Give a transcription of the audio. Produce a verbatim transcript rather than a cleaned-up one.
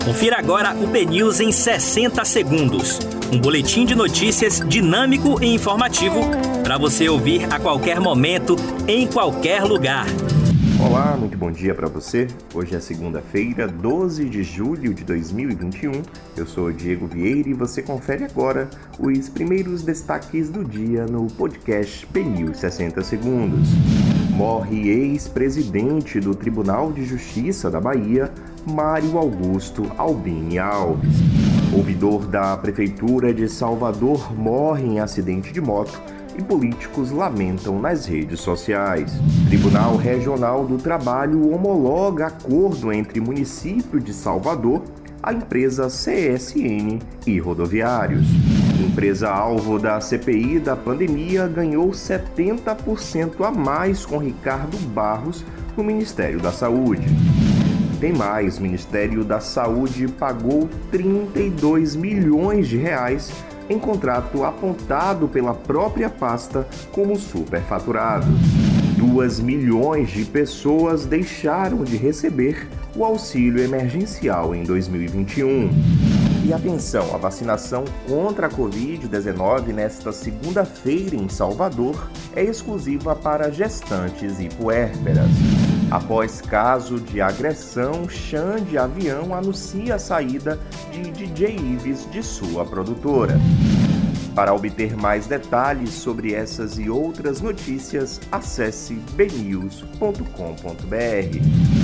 Confira agora o B News em sessenta segundos. Um boletim de notícias dinâmico e informativo para você ouvir a qualquer momento, em qualquer lugar. Olá, muito bom dia para você. Hoje é segunda-feira, doze de julho de dois mil e vinte e um. Eu sou o Diego Vieira e você confere agora os primeiros destaques do dia no podcast B News sessenta segundos. Morre ex-presidente do Tribunal de Justiça da Bahia, Mário Augusto Albini Alves. Ouvidor da Prefeitura de Salvador morre em acidente de moto e políticos lamentam nas redes sociais. Tribunal Regional do Trabalho homologa acordo entre município de Salvador, a empresa C S N e rodoviários. Empresa alvo da C P I da pandemia ganhou setenta por cento a mais com Ricardo Barros no Ministério da Saúde. Tem mais, o Ministério da Saúde pagou trinta e dois milhões de reais em contrato apontado pela própria pasta como superfaturado. Duas milhões de pessoas deixaram de receber o auxílio emergencial em dois mil e vinte e um. E atenção, a vacinação contra a covid dezenove nesta segunda-feira em Salvador é exclusiva para gestantes e puérperas. Após caso de agressão, Xande Avião anuncia a saída de D J Ives de sua produtora. Para obter mais detalhes sobre essas e outras notícias, acesse b news ponto com ponto b r.